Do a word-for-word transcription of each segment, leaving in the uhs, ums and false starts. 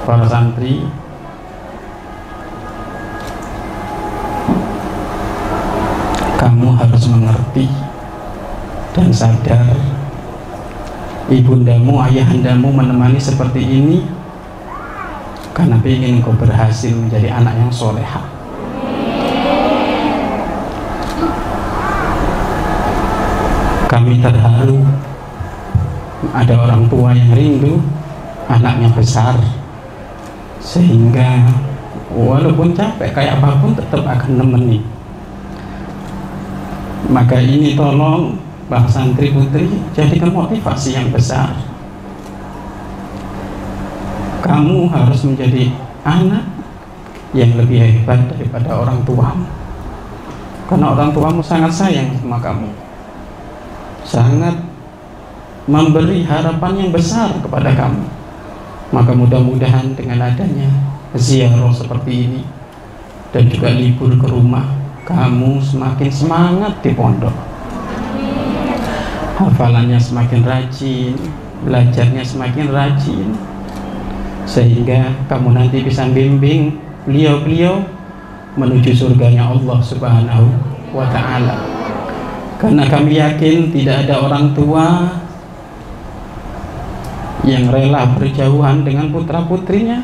para santri, kamu harus mengerti dan sadar ibundamu, ayahandamu menemani seperti ini karena ingin kau berhasil menjadi anak yang soleha. Kami terharu ada orang tua yang rindu anaknya besar, sehingga walaupun capek kayak apapun tetap akan nemenin. Maka ini tolong Pak santri putri jadikan motivasi yang besar. Kamu harus menjadi anak yang lebih hebat daripada orang tuamu, karena orang tuamu sangat sayang sama kamu, sangat memberi harapan yang besar kepada kamu. Maka mudah-mudahan dengan adanya ziarah seperti ini dan juga libur ke rumah, kamu semakin semangat di pondok, hafalannya semakin rajin, belajarnya semakin rajin, sehingga kamu nanti bisa bimbing beliau-beliau menuju surganya Allah Subhanahu wa ta'ala. Karena kami yakin tidak ada orang tua yang rela berjauhan dengan putra-putrinya,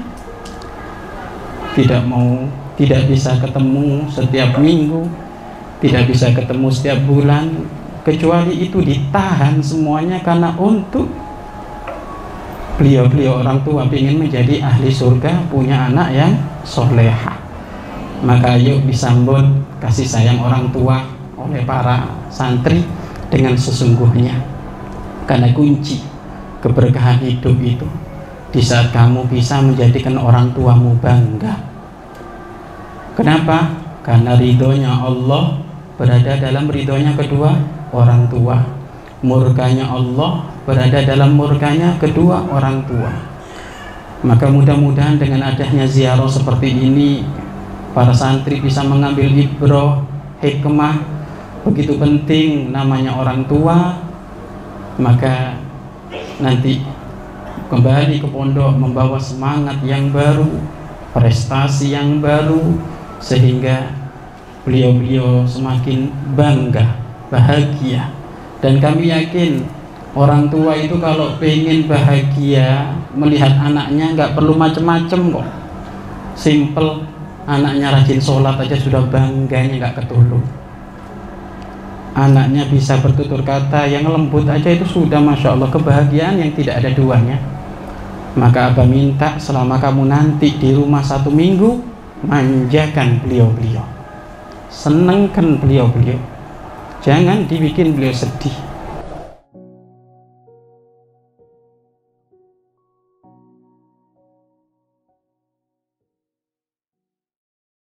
tidak mau, tidak bisa ketemu setiap minggu, tidak bisa ketemu setiap bulan, kecuali itu ditahan semuanya karena untuk beliau-beliau orang tua ingin menjadi ahli surga, punya anak yang soleha. Maka yuk disambut kasih sayang orang tua oleh para santri dengan sesungguhnya, karena kunci keberkahan hidup itu di saat kamu bisa menjadikan orang tuamu bangga. Kenapa? Karena ridhonya Allah berada dalam ridhonya kedua orang tua, murkanya Allah berada dalam murkanya kedua orang tua. Maka mudah-mudahan dengan adanya ziarah seperti ini, para santri bisa mengambil ibrah, hikmah. Begitu penting namanya orang tua, maka nanti kembali ke pondok membawa semangat yang baru, prestasi yang baru, sehingga beliau-beliau semakin bangga, bahagia. Dan kami yakin orang tua itu kalau pengen bahagia melihat anaknya nggak perlu macem-macem kok, simple, anaknya rajin sholat aja sudah bangganya nggak ketulung. Anaknya bisa bertutur kata yang lembut aja itu sudah masya Allah kebahagiaan yang tidak ada duanya. Maka Abah minta selama kamu nanti di rumah satu minggu, manjakan beliau-beliau, senengkan beliau-beliau, jangan dibikin beliau sedih.